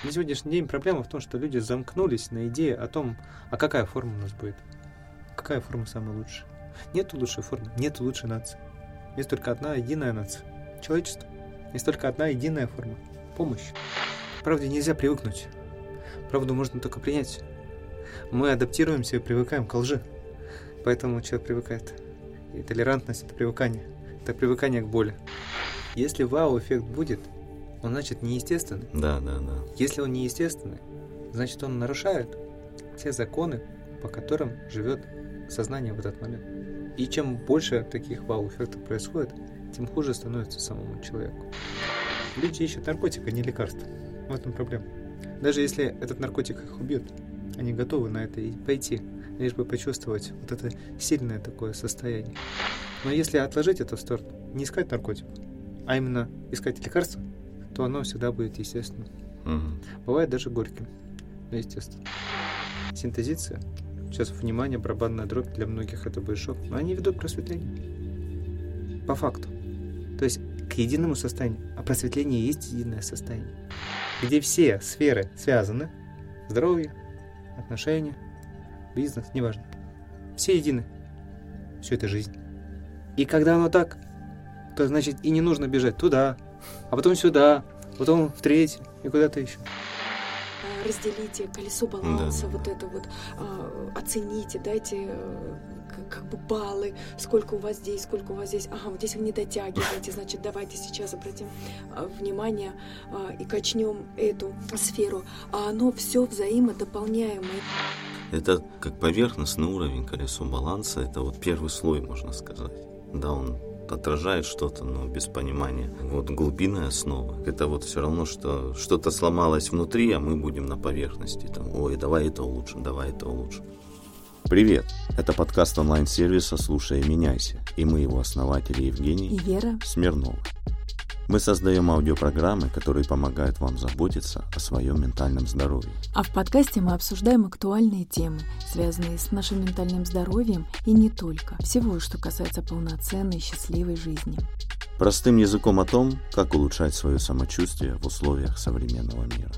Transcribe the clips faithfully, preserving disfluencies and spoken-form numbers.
На сегодняшний день проблема в том, что люди замкнулись на идее о том, а какая форма у нас будет. Какая форма самая лучшая. Нету лучшей формы, нету лучшей нации. Есть только одна единая нация. Человечество. Есть только одна единая форма. Помощь. Правде нельзя привыкнуть. Правду можно только принять. Мы адаптируемся и привыкаем к лжи. Поэтому человек привыкает. И толерантность — это привыкание. Это привыкание к боли. Если вау-эффект будет, он, значит, неестественный. Да, да, да. Если он неестественный, значит, он нарушает все законы, по которым живет сознание в этот момент. И чем больше таких вау-эффектов происходит, тем хуже становится самому человеку. Люди ищут наркотик, а не лекарства. В этом проблема. Даже если этот наркотик их убьет, они готовы на это и пойти, лишь бы почувствовать вот это сильное такое состояние. Но если отложить это в сторону, не искать наркотик, а именно искать лекарство, то оно всегда будет естественным. Угу. Бывает даже горьким, но естественно. Синтезиция, сейчас внимание, барабанная дробь, для многих это будет шок, но они ведут к просветлению. По факту. То есть к единому состоянию. А просветление есть единое состояние, где все сферы связаны. Здоровье, отношения, бизнес, неважно. Все едины. Все это жизнь. И когда оно так, то значит и не нужно бежать туда, а потом сюда, потом в третий и куда-то еще. Разделите колесо баланса, да. вот это вот, оцените, дайте как бы баллы, сколько у вас здесь, сколько у вас здесь. Ага, вот здесь вы не дотягиваете, значит, давайте сейчас обратим внимание и качнем эту сферу. А оно все взаимодополняемое. Это как поверхностный уровень колесо баланса, это вот первый слой, можно сказать. Да, он отражает что-то, но без понимания. Вот глубинная основа. Это вот все равно, что что-то сломалось внутри, а мы будем на поверхности. Там, ой, давай это улучшим, давай это улучшим. Привет! Это подкаст онлайн-сервиса «Слушай и меняйся». И мы его основатели Евгений и Вера Смирнова. Мы создаем аудиопрограммы, которые помогают вам заботиться о своем ментальном здоровье. А в подкасте мы обсуждаем актуальные темы, связанные с нашим ментальным здоровьем и не только. Всего, что касается полноценной, счастливой жизни. Простым языком о том, как улучшать свое самочувствие в условиях современного мира.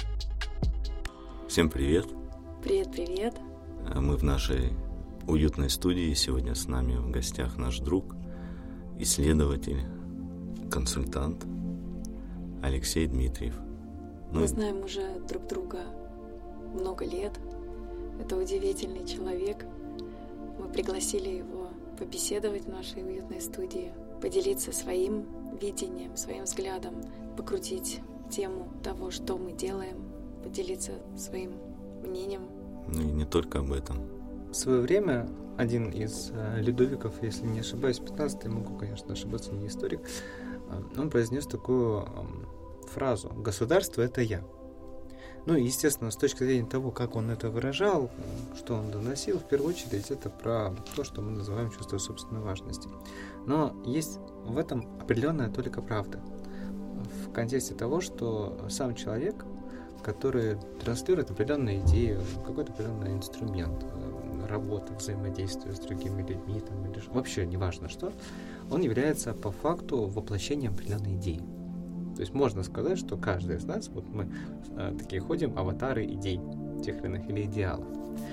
Всем привет! Привет-привет! Мы в нашей уютной студии. Сегодня с нами в гостях наш друг, исследователь, консультант Алексей Дмитриев. Мы ну, знаем уже друг друга много лет. Это удивительный человек. Мы пригласили его побеседовать в нашей уютной студии, поделиться своим видением, своим взглядом, покрутить тему того, что мы делаем, поделиться своим мнением. Ну и не только об этом. В свое время один из э, Людовиков, если не ошибаюсь, пятнадцатый, могу, конечно, ошибаться, не историк, э, он произнес такую э, фразу: «Государство — это я». Ну, естественно, с точки зрения того, как он это выражал, что он доносил, в первую очередь, это про то, что мы называем чувство собственной важности. Но есть в этом определенная только правда. В контексте того, что сам человек, который транслирует определенные идеи, какой-то определенный инструмент, работы, взаимодействия с другими людьми, там, или вообще неважно что, он является по факту воплощением определенной идеи. То есть можно сказать, что каждый из нас, вот мы э, такие ходим, аватары идей тех или иных или идеалов.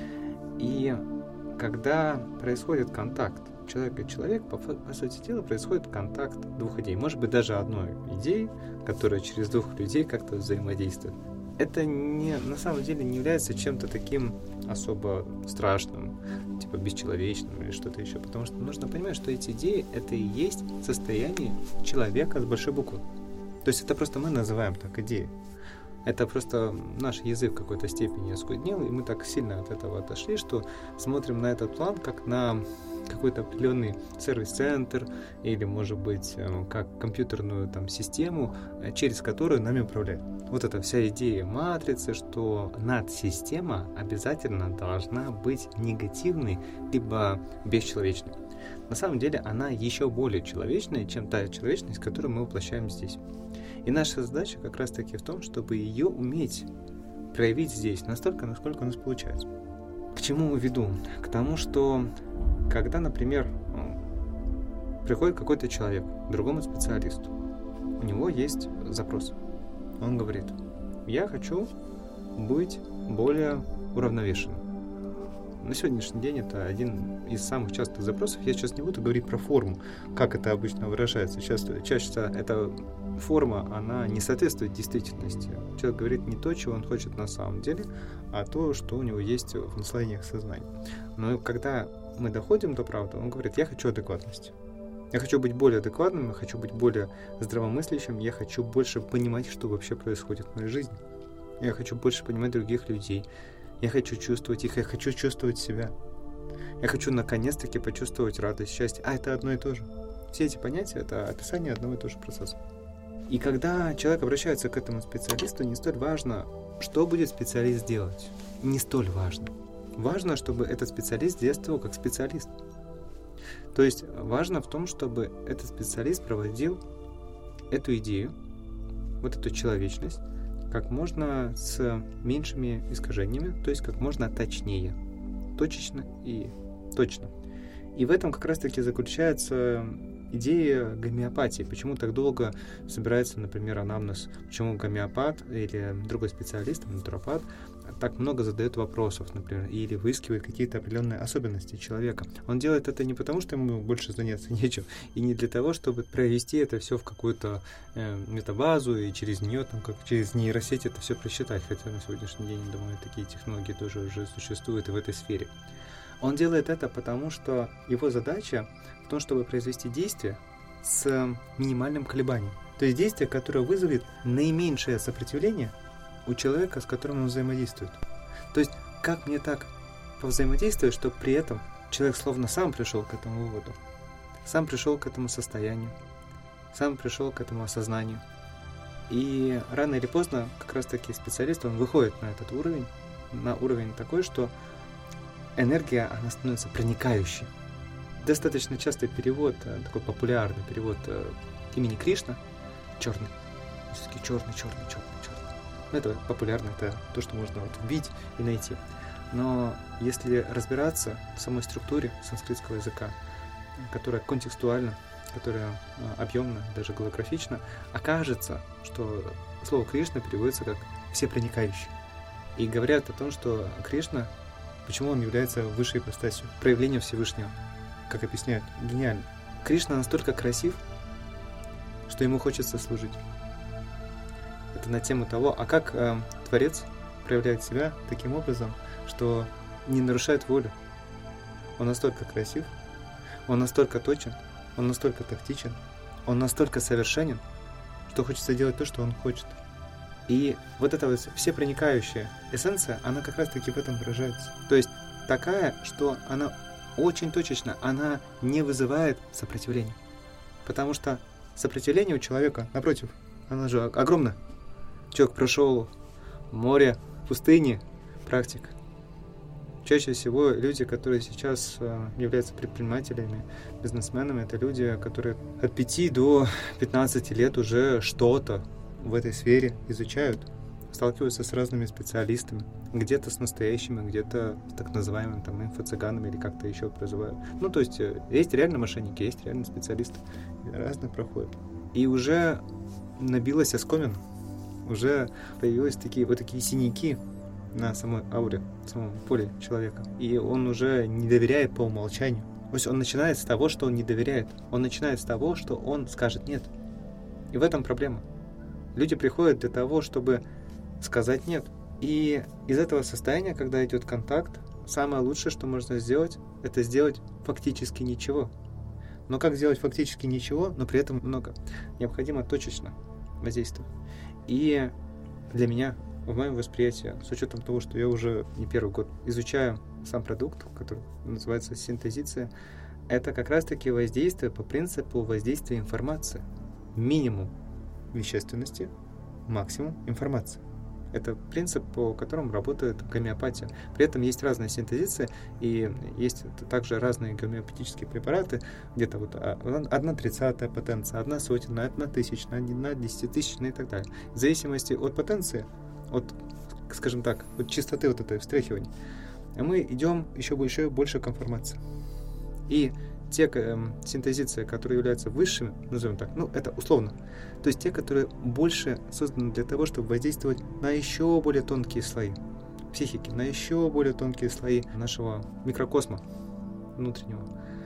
И когда происходит контакт человека и человека, по, по сути дела происходит контакт двух идей. Может быть, даже одной идеи, которая через двух людей как-то взаимодействует. Это не, на самом деле не является чем-то таким особо страшным, типа бесчеловечным или что-то еще, потому что нужно понимать, что эти идеи — это и есть состояние человека с большой буквы. То есть это просто мы называем так идеи. Это просто наш язык в какой-то степени оскуднел, и мы так сильно от этого отошли, что смотрим на этот план как на какой-то определенный сервис-центр или, может быть, как компьютерную там систему, через которую нами управляют. Вот эта вся идея матрицы, что надсистема обязательно должна быть негативной либо бесчеловечной. На самом деле она еще более человечная, чем та человечность, которую мы воплощаем здесь. И наша задача как раз-таки в том, чтобы ее уметь проявить здесь настолько, насколько у нас получается. К чему веду? К тому, что когда, например, приходит какой-то человек к другому специалисту, у него есть запрос. Он говорит: Я хочу быть более уравновешенным. На сегодняшний день это один из самых частых запросов. Я сейчас не буду говорить про форму, как это обычно выражается. Часто, чаще всего эта форма, она не соответствует действительности. Человек говорит не то, чего он хочет на самом деле, а то, что у него есть в наслоениях сознания. Но когда мы доходим до правды, он говорит: я хочу адекватности. Я хочу быть более адекватным, я хочу быть более здравомыслящим, я хочу больше понимать, что вообще происходит в моей жизни. Я хочу больше понимать других людей. Я хочу чувствовать их, я хочу чувствовать себя. Я хочу наконец-таки почувствовать радость, счастье. А это одно и то же. Все эти понятия — это описание одного и того же процесса. И когда человек обращается к этому специалисту, не столь важно, что будет специалист делать. Не столь важно. Важно, чтобы этот специалист действовал как специалист. То есть важно в том, чтобы этот специалист проводил эту идею, вот эту человечность, как можно с меньшими искажениями, то есть как можно точнее, точечно и точно. И в этом как раз-таки заключается идея гомеопатии. Почему так долго собирается, например, анамнез? Почему гомеопат или другой специалист, натуропат, так много задает вопросов, например, или выискивает какие-то определенные особенности человека? Он делает это не потому, что ему больше заняться нечем, и не для того, чтобы провести это все в какую-то э, метабазу и через нее, там, как через нейросеть это все просчитать. Хотя на сегодняшний день, думаю, такие технологии тоже уже существуют и в этой сфере. Он делает это потому, что его задача в том, чтобы произвести действие с минимальным колебанием. То есть действие, которое вызовет наименьшее сопротивление у человека, с которым он взаимодействует. То есть, как мне так повзаимодействовать, чтобы при этом человек словно сам пришел к этому выводу, сам пришел к этому состоянию, сам пришел к этому осознанию. И рано или поздно как раз-таки специалист, он выходит на этот уровень, на уровень такой, что энергия, она становится проникающей. Достаточно частый перевод, такой популярный перевод имени Кришна, черный, все-таки черный, черный, черный, черный. Ну, это популярно, это то, что можно вот вбить и найти. Но если разбираться в самой структуре санскритского языка, которая контекстуальна, которая объемна, даже голографична, окажется, что слово Кришна переводится как «всепроникающий». И говорят о том, что Кришна, почему он является высшей ипостасью, проявлением Всевышнего, как объясняют, гениально. Кришна настолько красив, что ему хочется служить. Это на тему того, а как э, Творец проявляет себя таким образом, что не нарушает волю. Он настолько красив, он настолько точен, он настолько тактичен, он настолько совершенен, что хочется делать то, что он хочет. И вот эта вот всепроникающая эссенция, она как раз-таки в этом выражается. То есть такая, что она очень точечна, она не вызывает сопротивления. Потому что сопротивление у человека, напротив, оно же огромное. Человек прошел море, пустыни, практик. Чаще всего люди, которые сейчас являются предпринимателями, бизнесменами, это люди, которые от пяти до пятнадцати лет уже что-то в этой сфере изучают, сталкиваются с разными специалистами, где-то с настоящими, где-то с так называемыми там инфо-цыганами или как-то еще прозывают. Ну, то есть есть реально мошенники, есть реально специалисты, разные проходят. И уже набилась оскомина, уже появились такие вот такие синяки на самой ауре, в самом поле человека. И он уже не доверяет по умолчанию. То есть он начинает с того, что он не доверяет. Он начинает с того, что он скажет «нет». И в этом проблема. Люди приходят для того, чтобы сказать «нет». И из этого состояния, когда идет контакт, самое лучшее, что можно сделать, это сделать фактически ничего. Но как сделать фактически ничего, но при этом много? Необходимо точечно воздействовать. И для меня, в моем восприятии, с учетом того, что я уже не первый год изучаю сам продукт, который называется синтезиция, это как раз-таки воздействие по принципу воздействия информации. Минимум вещественности, максимум информации. Это принцип, по которому работает гомеопатия. При этом есть разные синтезиции, и есть также разные гомеопатические препараты, где-то вот одна тридцатая потенция, одна сотенная, одна тысячная, одна десятитысячная и так далее. В зависимости от потенции, от, скажем так, от частоты вот этой встряхивания, мы идем еще больше, больше к информации. И те э, синтезиции, которые являются высшими, назовем так, ну, это условно, то есть те, которые больше созданы для того, чтобы воздействовать на еще более тонкие слои психики, на еще более тонкие слои нашего микрокосма внутреннего,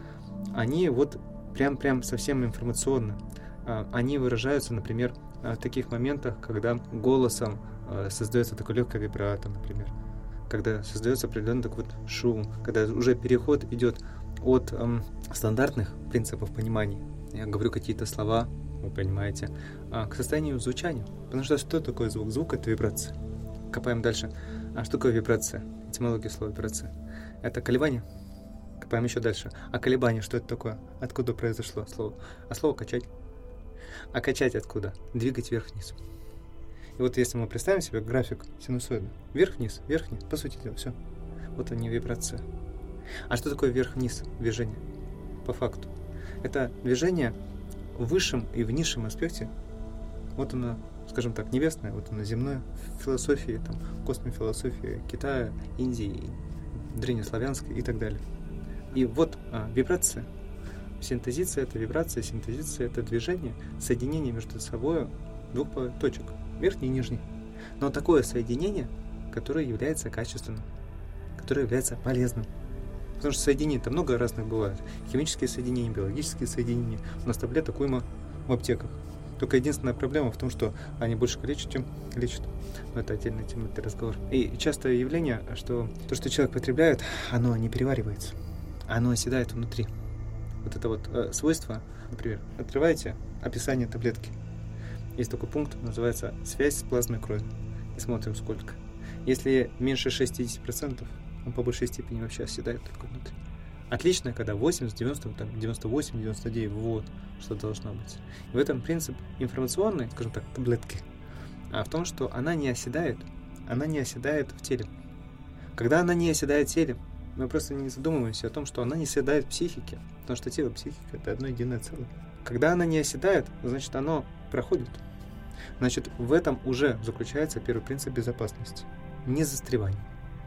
они вот прям-прям совсем информационно. Они выражаются, например, в таких моментах, когда голосом создается такой легкий вибрато, например, когда создается определенный такой вот шум, когда уже переход идет от эм, стандартных принципов понимания, я говорю какие-то слова, вы понимаете, а, к состоянию звучания. Потому что что такое звук? Звук — это вибрация. Копаем дальше. А что такое вибрация? Этимология слова вибрация. Это колебание. Копаем еще дальше. А колебание, что это такое? Откуда произошло слово? А слово качать. А качать откуда? Двигать вверх-вниз. И вот если мы представим себе график синусоида, вверх-вниз, вверх-вниз, по сути дела, все. Вот они, вибрация. А что такое вверх-вниз движение? По факту. Это движение в высшем и в низшем аспекте. Вот оно, скажем так, небесное, вот оно земное, в философии, там, космофилософии Китая, Индии, древнеславянской и так далее. И вот а, вибрация. Синтезиция — это вибрация, синтезиция — это движение, соединение между собой двух точек, верхний и нижний. Но такое соединение, которое является качественным, которое является полезным. Потому что соединений-то много разных бывает. Химические соединения, биологические соединения. У нас таблеток уйма в аптеках. Только единственная проблема в том, что они больше калечат, чем лечат. Но это отдельная тема для разговора. И частое явление, что то, что человек потребляет, оно не переваривается. Оно оседает внутри. Вот это вот э, свойство, например, открываете описание таблетки. Есть такой пункт, называется «Связь с плазмой крови». И смотрим, сколько. Если меньше шестьдесят процентов, он по большей степени вообще оседает только внутри. Отлично, когда восемьдесят, девяносто, там, девяносто восемь, девяносто девять, вот, что должно быть. И в этом принцип информационной, скажем так, таблетки, а в том, что она не оседает, она не оседает в теле. Когда она не оседает в теле, мы просто не задумываемся о том, что она не оседает в психике, потому что тело и психика — это одно единое целое. Когда она не оседает, значит, оно проходит. Значит, в этом уже заключается первый принцип безопасности. Не застревание.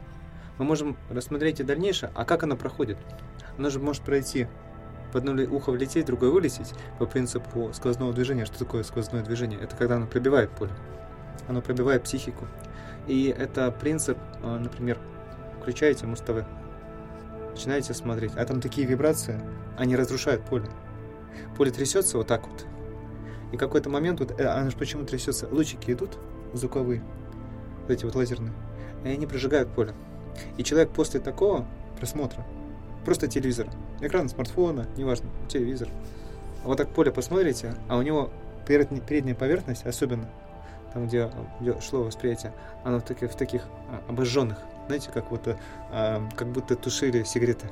Мы можем рассмотреть и дальнейшее, а как оно проходит? Оно же может пройти, в одно ухо влететь, в другое вылететь по принципу сквозного движения. Что такое сквозное движение? Это когда оно пробивает поле. Оно пробивает психику. И это принцип, например, включаете Муз-ТВ, начинаете смотреть, а там такие вибрации, они разрушают поле. Поле трясется вот так вот. И в какой-то момент, вот, оно же почему трясется? Лучики идут звуковые, вот эти вот лазерные, и они прожигают поле. И человек после такого просмотра, просто телевизор, экран смартфона, неважно, телевизор, вот так поле посмотрите, а у него передняя поверхность, особенно там, где, где шло восприятие, оно в таких, в таких обожженных, знаете, как вот, а, как будто тушили сигареты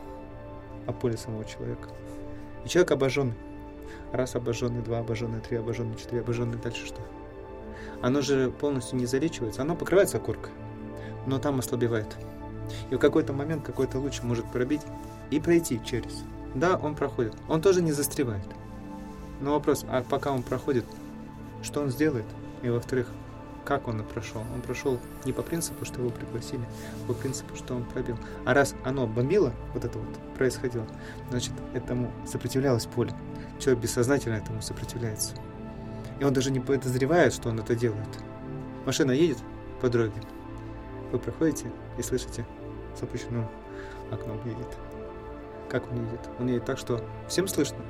о поле самого человека. И человек обожженный. Раз обожженный, два обожженный, три обожженный, четыре обожженный, дальше что? Оно же полностью не залечивается, оно покрывается коркой, но там ослабевает. И в какой-то момент какой-то луч может пробить и пройти через. Да, он проходит, он тоже не застревает. Но вопрос, а пока он проходит, что он сделает? И во-вторых, как он прошел? Он прошел не по принципу, что его пригласили, а по принципу, что он пробил. А раз оно бомбило, вот это вот происходило, значит, этому сопротивлялось поле. Человек бессознательно этому сопротивляется. И он даже не подозревает, что он это делает. Машина едет по дороге. Вы проходите и слышите, с опущенным окном едет. Как он едет? Он едет так, что всем слышно.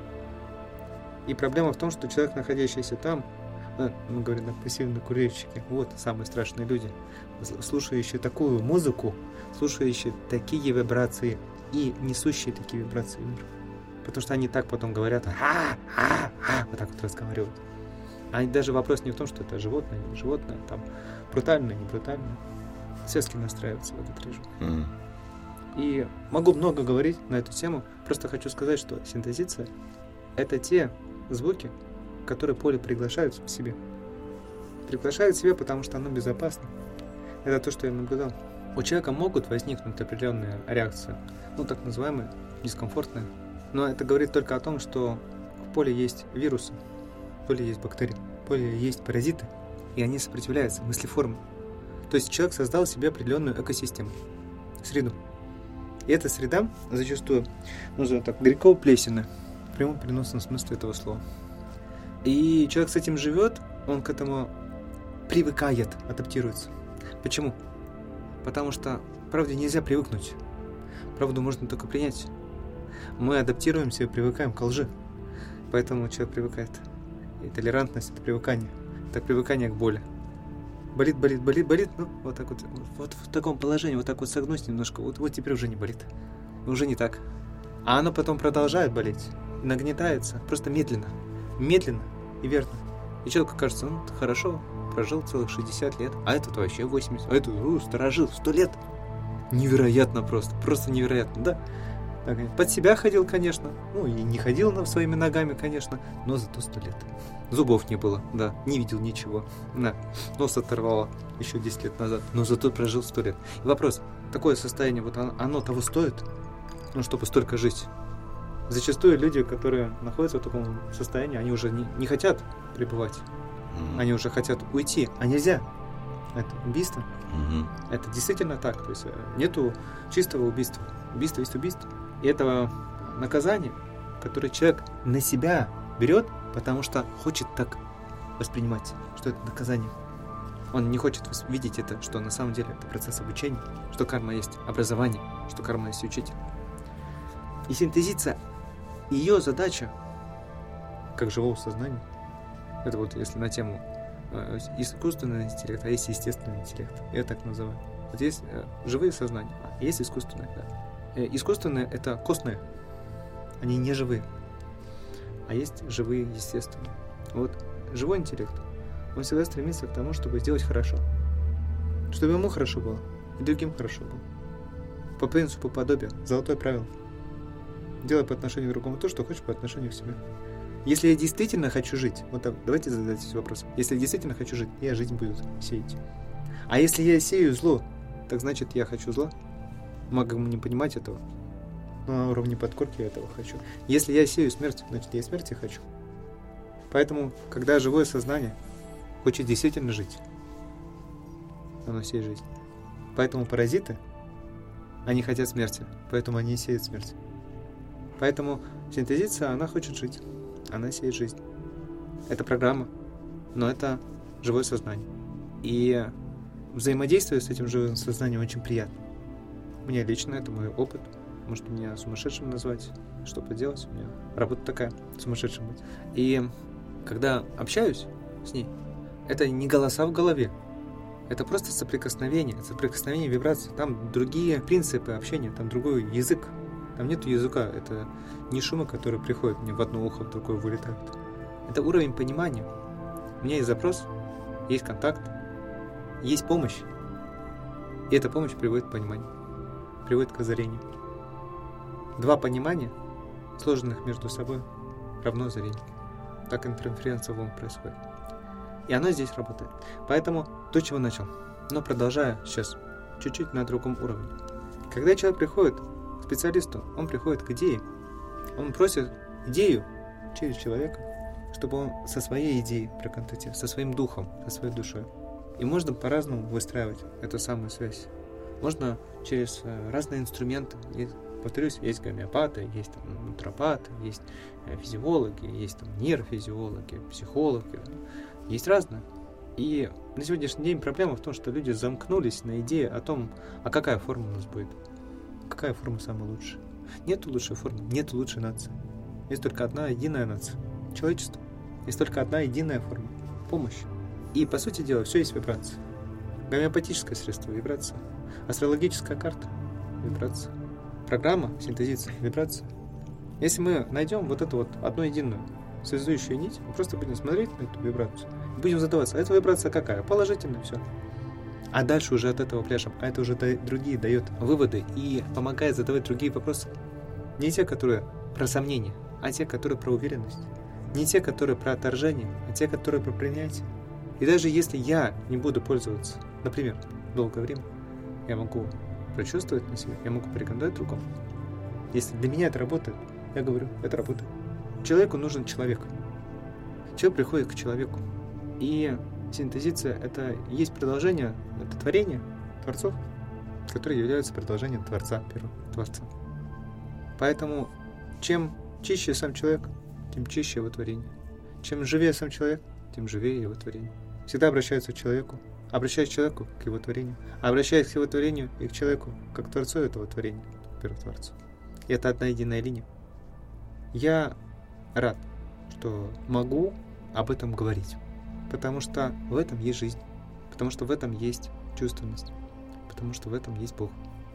И проблема в том, что человек, находящийся там, мы говорим, пассивные курильщики, вот самые страшные люди, слушающие такую музыку, слушающие такие вибрации и несущие такие вибрации в мир. Потому что они так потом говорят, а-а-а, вот так вот разговаривают. А даже вопрос не в том, что это животное, не животное, там брутальное, не брутальное. Связки настраиваются в этот режим. Mm. И могу много говорить на эту тему, просто хочу сказать, что синтезиция — это те звуки, которые поле приглашают в себе. Приглашают в себе, потому что оно безопасно. Это то, что я наблюдал. У человека могут возникнуть определенные реакции, ну, так называемые, дискомфортные. Но это говорит только о том, что в поле есть вирусы, в поле есть бактерии, в поле есть паразиты, и они сопротивляются мыслеформе. То есть человек создал себе определенную экосистему, среду. И эта среда зачастую, назовем так, греко-плесенная, в прямом переносном смысле этого слова. И человек с этим живет, он к этому привыкает, адаптируется. Почему? Потому что правде нельзя привыкнуть. Правду можно только принять. Мы адаптируемся и привыкаем к лжи. Поэтому человек привыкает. И толерантность — это привыкание. Это привыкание к боли. Болит, болит, болит, болит. Ну, вот так вот. Вот в таком положении, вот так вот согнусь немножко. Вот, вот теперь уже не болит. Уже не так. А оно потом продолжает болеть. Нагнетается. Просто медленно. Медленно и верно. И человеку кажется, ну, хорошо, прожил целых шестьдесят лет. А этот вообще восемьдесят. А этот, у, сторожил, сто лет. Невероятно просто. Просто невероятно, да? Под себя ходил, конечно. Ну, и не ходил на своими ногами, конечно. Но зато сто лет. Зубов не было, да. Не видел ничего. Да. Нос оторвало еще десять лет назад. Но зато прожил сто лет. И вопрос, такое состояние, вот оно, оно того стоит? Ну, чтобы столько жить? Зачастую люди, которые находятся в таком состоянии, они уже не, не хотят пребывать. Mm-hmm. Они уже хотят уйти. А нельзя. Это убийство. Mm-hmm. Это действительно так. То есть нету чистого убийства. Убийство есть убийство. И этого наказания, которое человек на себя берет, потому что хочет так воспринимать, что это наказание. Он не хочет видеть это, что на самом деле это процесс обучения, что карма есть образование, что карма есть учитель. И синтезиция, ее задача, как живого сознания, это вот если на тему э, искусственного интеллекта, а есть естественный интеллект, я так называю. Вот есть э, живые сознания, а есть искусственные, да. Искусственные — это костные, они не живые, а есть живые, естественные. Вот живой интеллект, он всегда стремится к тому, чтобы сделать хорошо, чтобы ему хорошо было и другим хорошо было. По принципу подобия, золотое правило. Делай по отношению к другому то, что хочешь по отношению к себе. Если я действительно хочу жить, вот так, давайте задайтесь вопросом. Если я действительно хочу жить, я жизнь буду сеять. А если я сею зло, так значит я хочу зла. Могу не понимать этого, но на уровне подкорки я этого хочу. Если я сею смерть, значит я смерти хочу. Поэтому, когда живое сознание хочет действительно жить, оно сеет жизнь. Поэтому паразиты, они хотят смерти, поэтому они сеют смерть. Поэтому синтезиция, она хочет жить, она сеет жизнь. Это программа, но это живое сознание. И взаимодействие с этим живым сознанием очень приятно. Мне лично, это мой опыт. Может, меня сумасшедшим назвать, что поделать. У меня работа такая, сумасшедшим быть. И когда общаюсь с ней, это не голоса в голове. Это просто соприкосновение, соприкосновение вибраций. Там другие принципы общения, там другой язык. Там нету языка. Это не шумы, которые приходят мне в одно ухо, в другое вылетают. Это уровень понимания. У меня есть запрос, есть контакт, есть помощь. И эта помощь приводит к пониманию. Приводит к озарению. Два понимания, сложенных между собой, равно озарению. Так интерференция волн происходит. И оно здесь работает. Поэтому то, чего начал. Но продолжая сейчас, чуть-чуть на другом уровне. Когда человек приходит к специалисту, он приходит к идее. Он просит идею через человека, чтобы он со своей идеей проконтактировал, со своим духом, со своей душой. И можно по-разному выстраивать эту самую связь. Можно через разные инструменты. И, повторюсь, есть гомеопаты, есть там натуропаты, есть физиологи, есть там нейрофизиологи, психологи. Есть разные. И на сегодняшний день проблема в том, что люди замкнулись на идее о том, а какая форма у нас будет. Какая форма самая лучшая. Нет лучшей формы, нет лучшей нации. Есть только одна единая нация. Человечество. Есть только одна единая форма. Помощь. И, по сути дела, все есть вибрация. Гомеопатическое средство — вибрация. Астрологическая карта — вибрация. Программа, синтезиция — вибрация. Если мы найдем вот эту вот одну единую связующую нить, мы просто будем смотреть на эту вибрацию и будем задаваться, а эта вибрация какая? Положительная, все. А дальше уже от этого пляшем, а это уже другие дает выводы и помогает задавать другие вопросы. Не те, которые про сомнения, а те, которые про уверенность. Не те, которые про отторжение, а те, которые про принятие. И даже если я не буду пользоваться, например, долгое время, я могу прочувствовать на себе, я могу порекомендовать другому. Если для меня это работает, я говорю, это работает. Человеку нужен человек. Человек приходит к человеку. И синтезиция — это есть продолжение, это творение творцов. которые являются продолжением Творца, первого Творца. Поэтому чем чище сам человек, тем чище его творение. Чем живее сам человек, тем живее его творение. Всегда обращаются к человеку, обращаясь к человеку к его творению, обращаясь к его творению и к человеку, как к Творцу этого творения, к Первотворцу. И это одна единая линия. Я рад, что могу об этом говорить, потому что в этом есть жизнь, потому что в этом есть чувственность, потому что в этом есть Бог.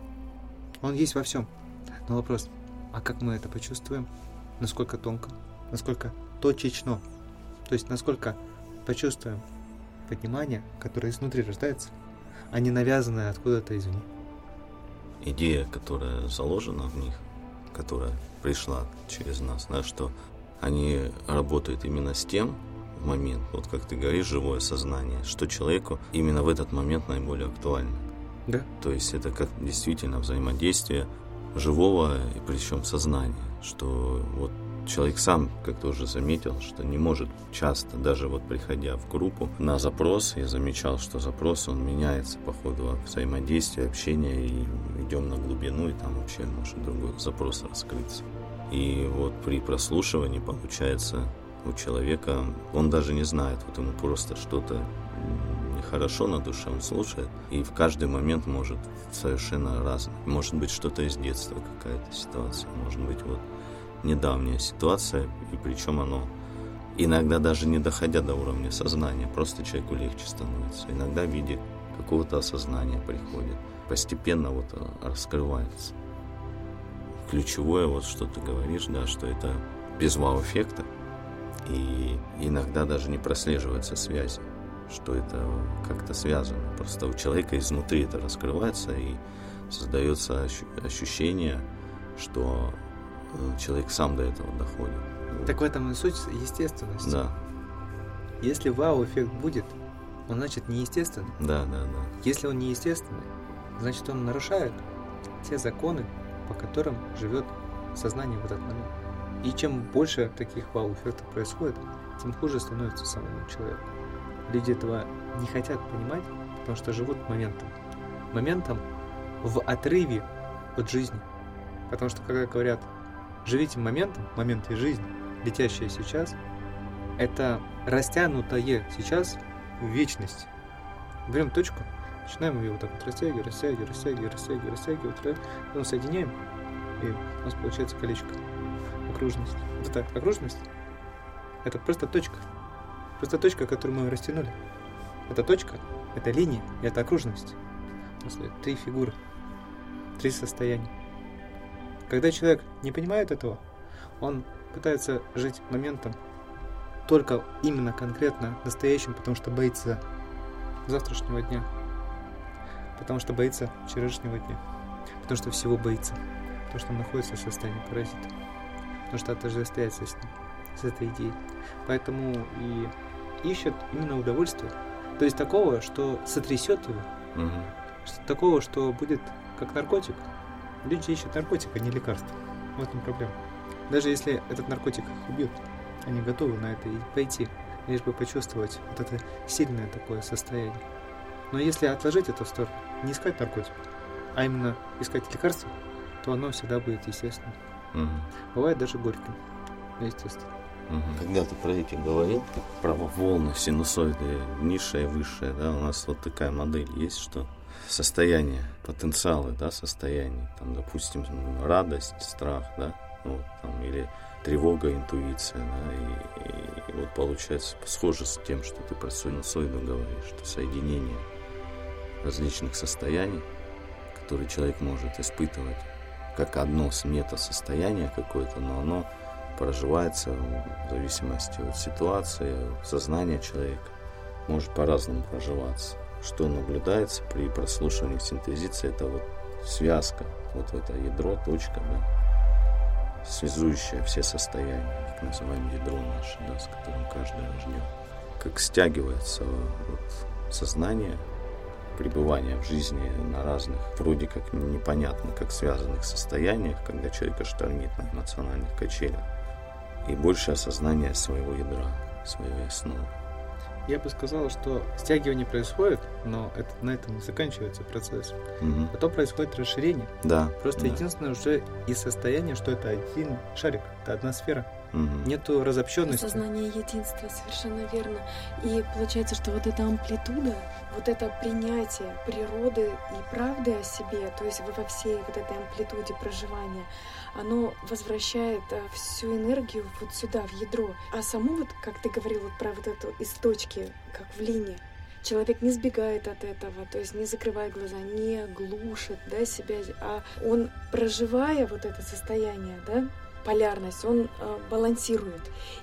Он есть во всем. Но вопрос, а как мы это почувствуем? Насколько тонко, насколько точечно, то есть насколько почувствуем понимание, которое изнутри рождается, а не навязанное откуда-то извне. Идея, которая заложена в них, которая пришла через нас, да, что они работают именно с тем в момент, вот как ты говоришь, живое сознание, что человеку именно в этот момент наиболее актуально. Да. То есть это как действительно взаимодействие живого и причем сознания, что вот человек сам, как ты уже заметил, что не может часто, даже вот приходя в группу на запрос, я замечал, что запрос, он меняется по ходу взаимодействия, общения, и идем на глубину, и там вообще может другой запрос раскрыться. И вот при прослушивании получается у человека, он даже не знает, вот ему просто что-то нехорошо на душе, он слушает, и в каждый момент может совершенно разное. Может быть, что-то из детства, какая-то ситуация, может быть, вот недавняя ситуация, и причем оно иногда даже не доходя до уровня сознания, просто человеку легче становится. Иногда в виде какого-то осознания приходит, постепенно вот раскрывается. Ключевое, вот что ты говоришь, да, что это без вау-эффекта, и иногда даже не прослеживается связи, что это как-то связано. Просто у человека изнутри это раскрывается, и создается ощущение, что человек сам до этого доходит. Так в этом и суть естественности. Да. Если вау-эффект будет, он значит неестественный. Да, да, да. Если он неестественный, значит он нарушает те законы, по которым живет сознание в этот момент. И чем больше таких вау-эффектов происходит, тем хуже становится самому человеку. Люди этого не хотят понимать, потому что живут моментом. Моментом в отрыве от жизни. Потому что, когда говорят, живите моментом, моменты жизни, летящие сейчас, это растянутое сейчас в вечность. Берем точку, начинаем ее вот так вот растягивать, растягивать, растягивать, растягивать, растягивать, потом соединяем, и у нас получается колечко, окружность. Вот это окружность, это просто точка. Просто точка, которую мы растянули. Это точка, это линия, и это окружность. Три фигуры, три состояния. Когда человек не понимает этого, он пытается жить моментом только именно конкретно настоящим, потому что боится завтрашнего дня, потому что боится вчерашнего дня, потому что всего боится, потому что он находится в состоянии паразита, потому что отождествляется с ним, с этой идеей. Поэтому и ищет именно удовольствие, то есть такого, что сотрясет его, угу. такого, что будет как наркотик. Люди ищут наркотик, а не лекарство. В этом проблема. Даже если этот наркотик их убьет, они готовы на это и пойти, лишь бы почувствовать вот это сильное такое состояние. Но если отложить это в сторону, не искать наркотик, а именно искать лекарство, то оно всегда будет естественным. Угу. Бывает даже горьким, естественно. Угу. Когда ты про эти говорил, про волны, синусоиды, низшее, высшее, да, у нас вот такая модель есть, что состояние, потенциалы, да, состояний, там, допустим, радость, страх, да, вот, там, или тревога, интуиция, да, и, и, и вот получается схоже с тем, что ты про синусоиду говоришь, что соединение различных состояний, которые человек может испытывать, как одно мета-состояние какое-то, но оно проживается в зависимости от ситуации, сознания человека, может по-разному проживаться. Что наблюдается при прослушивании синтезиции, это вот связка, вот это ядро, точка, да, связующая все состояния, так называемое ядро наше, да, с которым каждый рожден. Как стягивается вот сознание, пребывание в жизни на разных, вроде как непонятно, как связанных состояниях, когда человека штормит на эмоциональных качелях, и больше осознание своего ядра, своей основы. Я бы сказал, что стягивание происходит, но это, на этом не заканчивается процесс. Угу. Потом происходит расширение. Да. Просто да. единственное уже из состояния, что это один шарик, это одна сфера. Угу. Нету разобщенности. Сознание единства, совершенно верно. И получается, что вот эта амплитуда, вот это принятие природы и правды о себе, то есть во всей вот этой амплитуде проживания, оно возвращает всю энергию вот сюда, в ядро. А само вот, как ты говорил, вот про вот эту из точки, как в линии, человек не сбегает от этого, то есть не закрывает глаза, не глушит, да, себя, а он, проживая вот это состояние, да, полярность, он э, балансирует.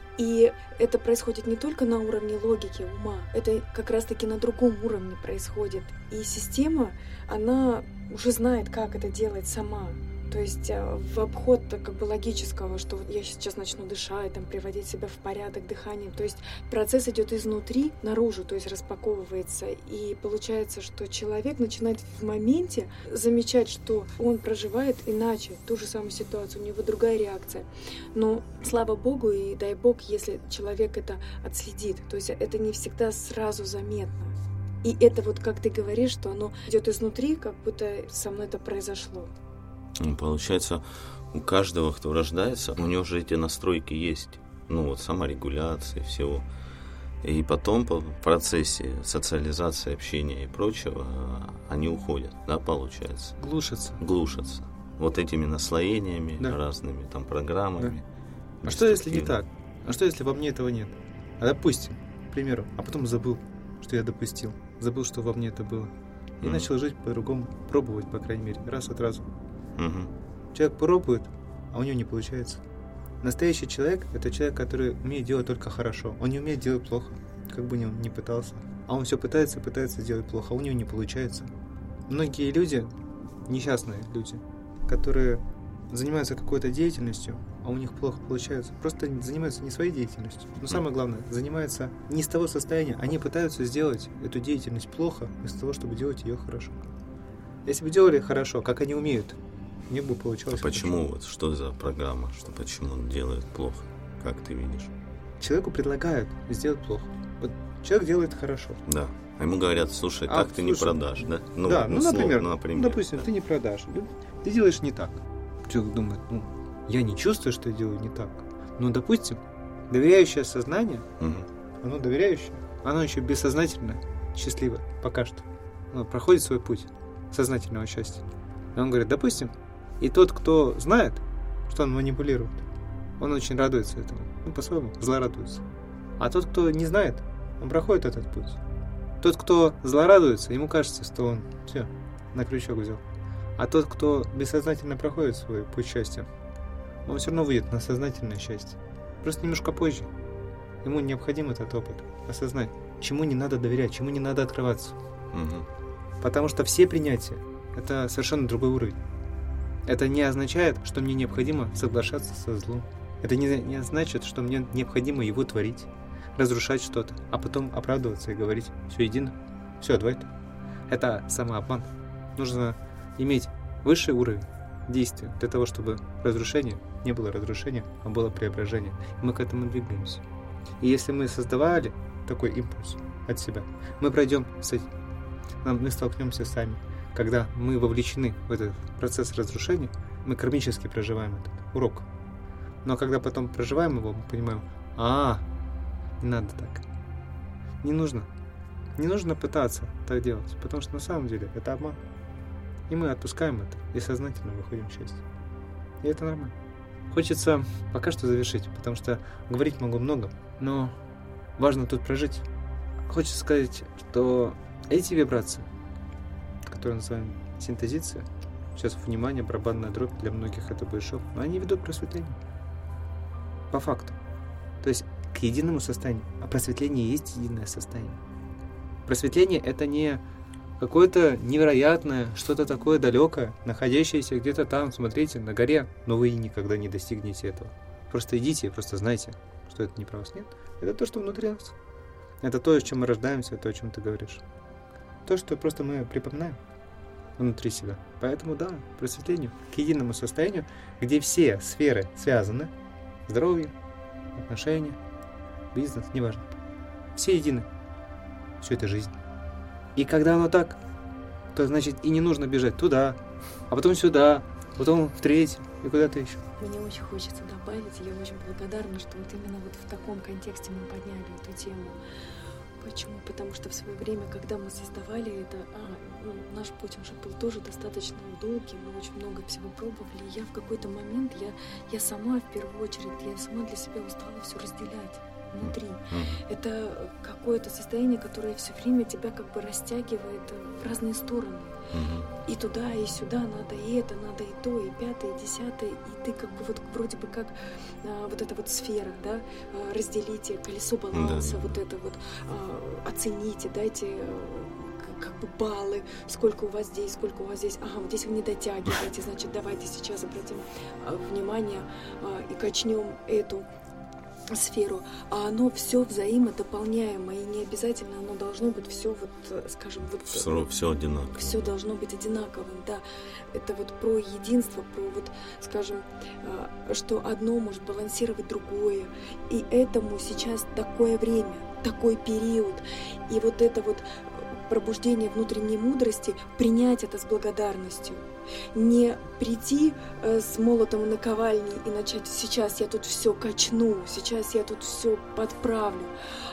И это происходит не только на уровне логики, ума, это как раз-таки на другом уровне происходит. И система, она уже знает, как это делать сама. То есть в обход как бы логического, что вот я сейчас начну дышать, там, приводить себя в порядок дыханием. То есть процесс идет изнутри наружу, то есть распаковывается. И получается, что человек начинает в моменте замечать, что он проживает иначе ту же самую ситуацию, у него другая реакция. Но слава Богу и дай Бог, если человек это отследит. То есть это не всегда сразу заметно. И это вот, как ты говоришь, что оно идет изнутри, как будто со мной это произошло. Получается, у каждого, кто рождается, у него же эти настройки есть. Ну вот, саморегуляция, всего. И потом по процессе социализации, общения и прочего, они уходят, да, получается? Глушатся. Глушатся. Вот этими наслоениями, да. разными там программами. Да. А что если не так? А что если во мне этого нет? А допустим, к примеру, а потом забыл, что я допустил. Забыл, что во мне это было. И mm-hmm. начал жить по-другому, пробовать, по крайней мере, раз от разу. Mm-hmm. Человек пробует, а у него не получается. Настоящий человек – это человек, который умеет делать только хорошо. Он не умеет делать плохо, как бы он ни пытался. А он все пытается, пытается делать плохо, а у него не получается. Многие люди, несчастные люди, которые занимаются какой-то деятельностью, а у них плохо получается, просто занимаются не своей деятельностью. Но самое главное, занимаются не из того состояния. Они пытаются сделать эту деятельность плохо, вместо того, чтобы делать ее хорошо. Если бы делали хорошо, как они умеют, не бы получалось. А почему? Вот, что за программа, что почему он делает плохо, как ты видишь? Человеку предлагают сделать плохо. Вот человек делает хорошо. Да. А ему говорят, слушай, а, так ты слушай, не продашь, да? Ну, да, ну, условно, например, например, ну, допустим, да. ты не продашь. Ты делаешь не так. Человек думает, ну, я не чувствую, что я делаю не так. Но, допустим, доверяющее сознание, угу. оно доверяющее, оно еще бессознательное, счастливое, пока что. Оно проходит свой путь сознательного счастья. И он говорит, допустим, и тот, кто знает, что он манипулирует, он очень радуется этому. Ну, по-своему, злорадуется. А тот, кто не знает, он проходит этот путь. Тот, кто злорадуется, ему кажется, что он все, на крючок взял. А тот, кто бессознательно проходит свой путь счастья, он все равно выйдет на сознательное счастье. Просто немножко позже. Ему необходим этот опыт. Осознать, чему не надо доверять, чему не надо открываться. Угу. Потому что все принятия – это совершенно другой уровень. Это не означает, что мне необходимо соглашаться со злом. Это не, не значит, что мне необходимо его творить, разрушать что-то, а потом оправдываться и говорить «все едино, все адвайта». Это самообман. Нужно иметь высший уровень действия для того, чтобы разрушение не было разрушением, а было преображение. И мы к этому двигаемся. И если мы создавали такой импульс от себя, мы пройдем с этим. Мы столкнемся сами. Когда мы вовлечены в этот процесс разрушения, мы кармически проживаем этот урок. Но когда потом проживаем его, мы понимаем, а, не надо так. Не нужно. Не нужно пытаться так делать, потому что на самом деле это обман. И мы отпускаем это и сознательно выходим в счастье. И это нормально. Хочется пока что завершить, потому что говорить могу много, но важно тут прожить. Хочется сказать, что эти вибрации, которые называем синтезиция, сейчас внимание, барабанная дробь, для многих это будет шок, но они ведут к просветлению. По факту. То есть к единому состоянию. А просветление есть единое состояние. Просветление это не какое-то невероятное, что-то такое далекое, находящееся где-то там, смотрите, на горе, но вы никогда не достигнете этого. Просто идите, просто знайте, что это не про вас. Нет. Это то, что внутри нас. Это то, с чем мы рождаемся, то, о чем ты говоришь. То, что просто мы припоминаем внутри себя. Поэтому да, просветлению, к единому состоянию, где все сферы связаны, здоровье, отношения, бизнес, неважно. Все едины. все это жизнь. И когда оно так, то значит и не нужно бежать туда, а потом сюда, потом в третий и куда-то еще. Мне очень хочется добавить, я очень благодарна, что вот именно вот в таком контексте мы подняли эту тему. Почему? Потому что в свое время, когда мы создавали это, а, ну, наш путь уже был тоже достаточно долгий, мы очень много всего пробовали. И я в какой-то момент, я, я сама в первую очередь, я сама для себя устала все разделять внутри. Mm-hmm. Это какое-то состояние, которое все время тебя как бы растягивает в разные стороны. Mm-hmm. И туда, и сюда надо, и это надо, и то, и пятое, и десятое. И ты как бы вот вроде бы как а, вот эта вот сфера, да, а, разделите колесо баланса, mm-hmm. вот это вот а, оцените, дайте а, как бы баллы, сколько у вас здесь, сколько у вас здесь. Ага, вот здесь вы не дотягиваете, значит, давайте сейчас обратим а, внимание а, и качнем эту сферу, а оно все взаимодополняемо, и не обязательно оно должно быть все вот, скажем, вот все, все одинаково. Все должно быть одинаковым, да. Это вот про единство, про вот, скажем, что одно может балансировать другое. И этому сейчас такое время, такой период. И вот это вот пробуждение внутренней мудрости, принять это с благодарностью. Не прийти э, с молотом и наковальней и начать сейчас я тут все качну, сейчас я тут все подправлю,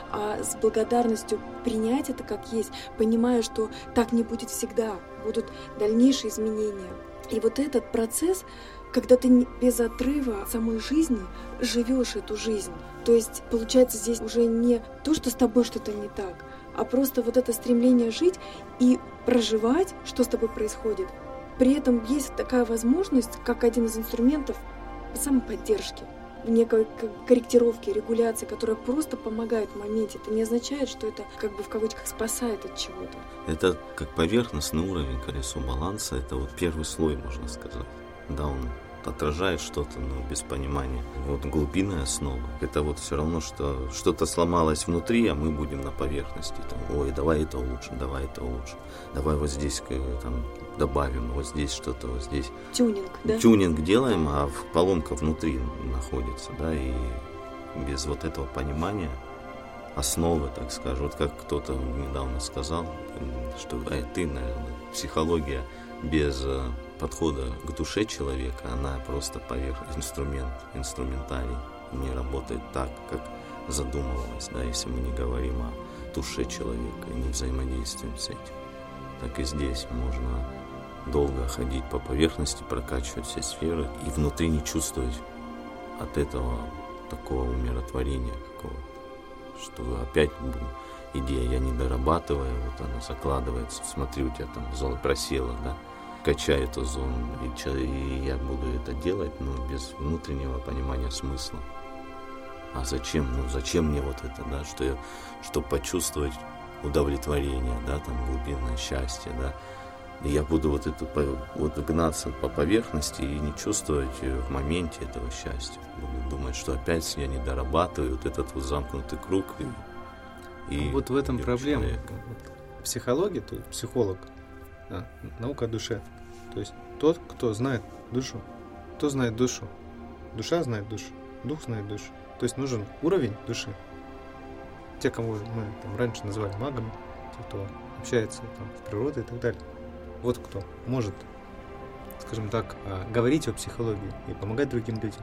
а с благодарностью принять это как есть, понимая, что так не будет всегда, будут дальнейшие изменения. И вот этот процесс, когда ты без отрыва от самой жизни живешь эту жизнь, то есть получается здесь уже не то, что с тобой что-то не так, а просто вот это стремление жить и проживать, что с тобой происходит. При этом есть такая возможность, как один из инструментов самоподдержки, некой корректировки, регуляции, которая просто помогает в моменте. Это не означает, что это как бы в кавычках спасает от чего-то. Это как поверхностный уровень колесо баланса. Это вот первый слой, можно сказать. Да, он отражает что-то, но без понимания. Вот глубинная основа. Это вот все равно, что что-то сломалось внутри, а мы будем на поверхности. Там, ой, давай это улучшим, давай это улучшим. Давай вот здесь там добавим, вот здесь что-то, вот здесь. Тюнинг, да? Тюнинг делаем, а поломка внутри находится, да, и без вот этого понимания основы, так скажем. Вот как кто-то недавно сказал, что а ты, наверное, психология без подхода к душе человека, она просто поверх, инструмент, инструментарий, не работает так, как задумывалось, да, если мы не говорим о душе человека и не взаимодействуем с этим. Так и здесь можно долго ходить по поверхности, прокачивать все сферы и внутри не чувствовать от этого такого умиротворения какого-то, что опять идея «я не дорабатываю», вот она закладывается, смотри, у тебя там зона просела, да, качай эту зону, и, и я буду это делать, но без внутреннего понимания смысла. А зачем? Ну зачем мне вот это, да, что я, чтобы почувствовать удовлетворение, да, там глубинное счастье, да, и я буду вот это вот гнаться по поверхности и не чувствовать в моменте этого счастья. Буду думать, что опять я не дорабатываю, вот этот вот замкнутый круг. И, и вот в этом проблема. Психология, то есть психолог, да, наука о душе. То есть тот, кто знает душу. Кто знает душу? Душа знает душу, дух знает душу. То есть нужен уровень души. Те, кого мы там раньше называли магами, те, кто общается там, с природой и так далее. Вот кто может, скажем так, говорить о психологии и помогать другим людям.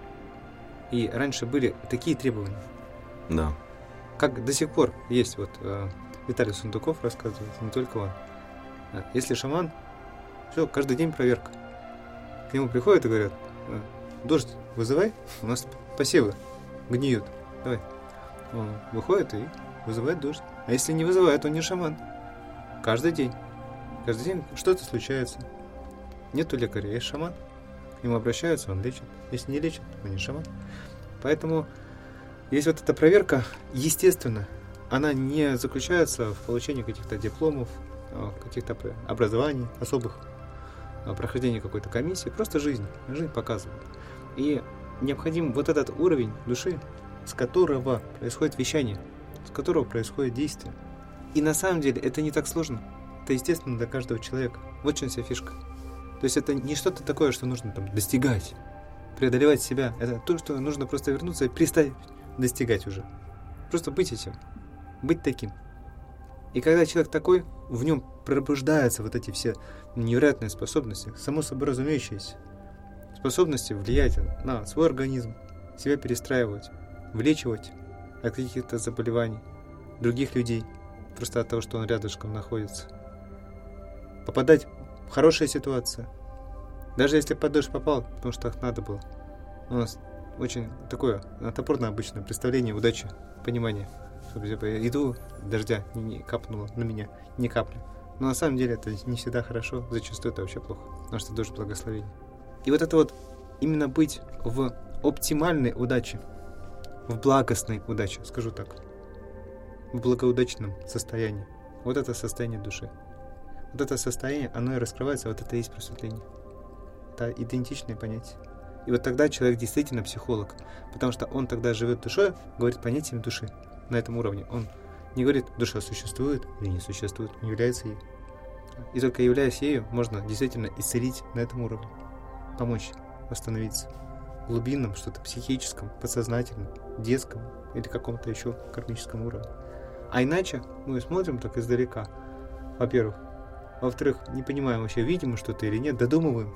И раньше были такие требования. Да. Как до сих пор есть, вот Виталий Сундуков рассказывает, не только он. Если шаман, все, каждый день проверка. К нему приходят и говорят: дождь вызывай, у нас посевы гниют, давай. Он выходит и вызывает дождь. А если не вызывает, он не шаман. Каждый день. Каждый день что-то случается. Нету лекаря, есть шаман. К нему обращаются, он лечит. Если не лечит, он не шаман. Поэтому есть вот эта проверка, естественно, она не заключается в получении каких-то дипломов, каких-то образований особых, прохождения какой-то комиссии. Просто жизнь. Жизнь показывает. И необходим вот этот уровень души, с которого происходит вещание, с которого происходит действие. И на самом деле это не так сложно. Это естественно для каждого человека. Вот в чем вся фишка. То есть это не что-то такое, что нужно там достигать, преодолевать себя. Это то, что нужно просто вернуться и перестать достигать уже. Просто быть этим. Быть таким. И когда человек такой, в нем пробуждаются вот эти все невероятные способности, само собой разумеющиеся. Способности влиять на свой организм, себя перестраивать, вылечивать от каких-то заболеваний других людей, просто от того, что он рядышком находится. Попадать в хорошие ситуации. Даже если под дождь попал, потому что так надо было. У нас очень такое топорное обычное представление удачи, понимание. Чтобы типа, иду, дождя не, не капнуло на меня, ни капли. Но на самом деле это не всегда хорошо, зачастую это вообще плохо, потому что дождь благословение. И вот это вот именно быть в оптимальной удаче, в благостной удаче, скажу так, в благоудачном состоянии. Вот это состояние души. Вот это состояние, оно и раскрывается, вот это и есть просветление. Это идентичное понятие. И вот тогда человек действительно психолог, потому что он тогда живет душой, говорит понятиями души на этом уровне. Он не говорит, душа существует или не существует, он является ею. И только являясь ею, можно действительно исцелить на этом уровне, помочь восстановиться в глубинном, что-то психическом, подсознательном, детском или каком-то еще кармическом уровне. А иначе мы смотрим так издалека, во-первых. Во-вторых, не понимаем вообще, видим мы что-то или нет, додумываем.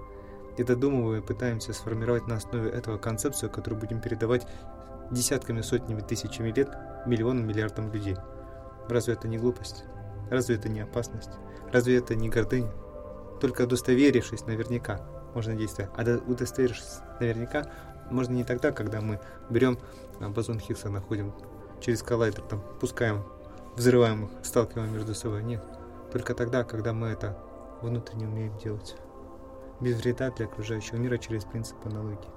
И додумывая, пытаемся сформировать на основе этого концепцию, которую будем передавать десятками, сотнями, тысячами лет миллионам, миллиардам людей. Разве это не глупость? Разве это не опасность? Разве это не гордыня? Только удостоверившись наверняка, можно действовать. А удостоверившись наверняка, можно не тогда, когда мы берем бозон Хиггса, находим через коллайдер, там, пускаем, взрываем их, сталкиваем между собой. Нет. Только тогда, когда мы это внутренне умеем делать. Без вреда для окружающего мира через принцип аналогии.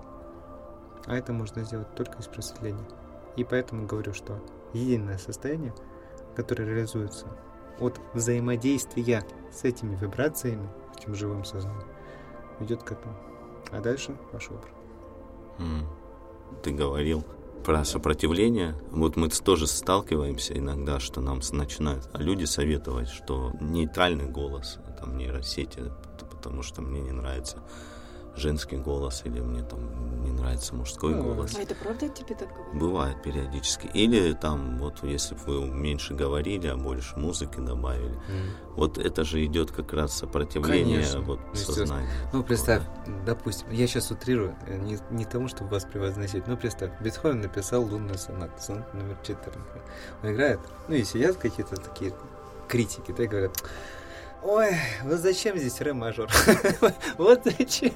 А это можно сделать только из просветления. И поэтому говорю, что единое состояние, которое реализуется от взаимодействия с этими вибрациями, этим живым сознанием, ведет к этому. А дальше ваш выбор. Mm. Ты говорил про сопротивление. Вот мы тоже сталкиваемся иногда, что нам начинают люди советовать, что нейтральный голос, там нейросети, потому что мне не нравится женский голос, или мне там не нравится мужской ну, голос. А это правда тебе так говорят? Бывает периодически. Или там, вот если бы вы меньше говорили, а больше музыки добавили. Mm. Вот это же идет как раз сопротивление вот, сознания. Ну, представь, такое. Допустим, я сейчас утрирую, не, не тому, чтобы вас превозносить, но представь, Бетховен написал лунную сонату, сонату номер четыре. Он играет, ну и сидят какие-то такие критики, да, и говорят: ой, вот зачем здесь ре-мажор? Вот зачем?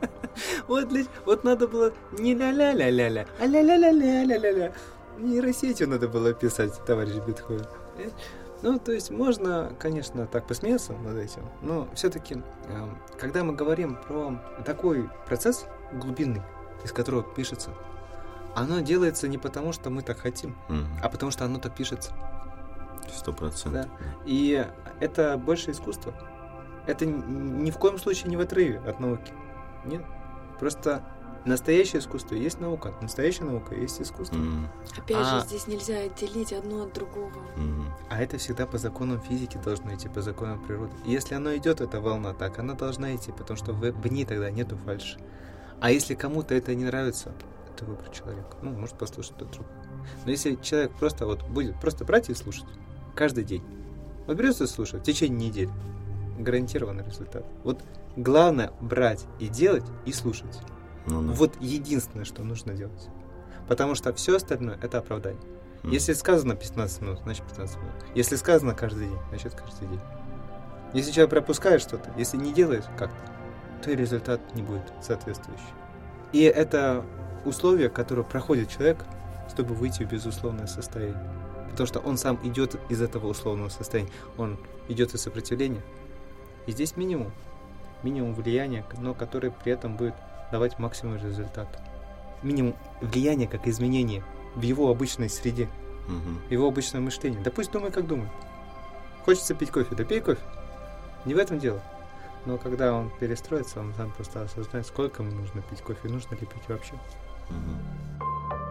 Вот, вот надо было не ля-ля-ля-ля-ля, а ля-ля-ля-ля-ля-ля-ля. Нейросетью надо было писать, товарищ Бетховен. Ну, то есть можно, конечно, так посмеяться над этим, но все-таки, когда мы говорим про такой процесс глубинный, из которого пишется, оно делается не потому, что мы так хотим, mm-hmm. а потому что оно так пишется. Сто процентов. Да. И это больше искусство. Это ни в коем случае не в отрыве от науки. Нет. Просто настоящее искусство есть наука. Настоящая наука есть искусство. Mm. Опять а... же, здесь нельзя отделить одно от другого. Mm. А это всегда по законам физики должно идти, по законам природы. И если оно идет, эта волна, так она должна идти, потому что в, в ней тогда нету фальши. А если кому-то это не нравится, это выбор человека. Ну, может послушать тот другой. Но если человек просто вот будет просто брать и слушать каждый день, вот берется слушать в течение недели, гарантированный результат. Вот главное брать и делать, и слушать. Ну, да. Вот единственное, что нужно делать. Потому что все остальное — это оправдание. Mm. Если сказано пятнадцать минут, значит пятнадцать минут. Если сказано каждый день, значит каждый день. Если человек пропускает что-то, если не делает как-то, то и результат не будет соответствующий. И это условие, которое проходит человек, чтобы выйти в безусловное состояние. Потому что он сам идет из этого условного состояния. Он идет из сопротивления. И здесь минимум. Минимум влияния, но который при этом будет давать максимум результата. Минимум влияния как изменение в его обычной среде. Угу. Его обычное мышление. Да пусть думает, как думает. Хочется пить кофе, да пей кофе. Не в этом дело. Но когда он перестроится, он сам просто осознает, сколько ему нужно пить кофе, нужно ли пить вообще. Угу.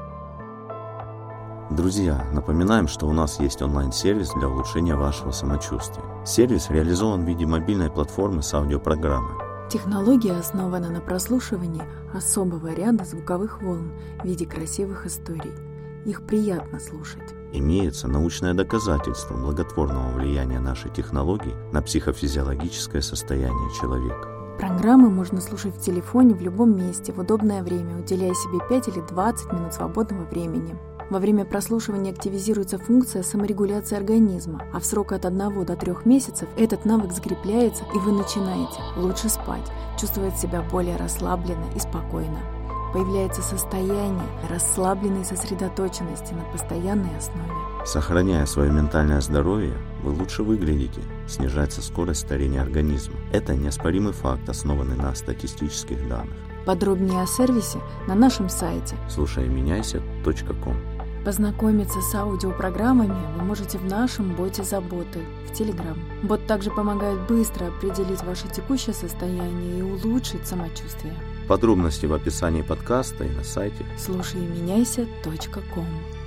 Друзья, напоминаем, что у нас есть онлайн-сервис для улучшения вашего самочувствия. Сервис реализован в виде мобильной платформы с аудиопрограммой. Технология основана на прослушивании особого ряда звуковых волн в виде красивых историй. Их приятно слушать. Имеется научное доказательство благотворного влияния нашей технологии на психофизиологическое состояние человека. Программы можно слушать в телефоне в любом месте, в удобное время, уделяя себе пять или двадцать минут свободного времени. Во время прослушивания активизируется функция саморегуляции организма, а в срок от одного до трех месяцев этот навык закрепляется, и вы начинаете лучше спать, чувствовать себя более расслабленно и спокойно. Появляется состояние расслабленной сосредоточенности на постоянной основе. Сохраняя свое ментальное здоровье, вы лучше выглядите, снижается скорость старения организма. Это неоспоримый факт, основанный на статистических данных. Подробнее о сервисе на нашем сайте слушай меняйся точка ком. Познакомиться с аудиопрограммами вы можете в нашем боте заботы в Telegram. Бот также помогает быстро определить ваше текущее состояние и улучшить самочувствие. Подробности в описании подкаста и на сайте слушай меняйся точка ком.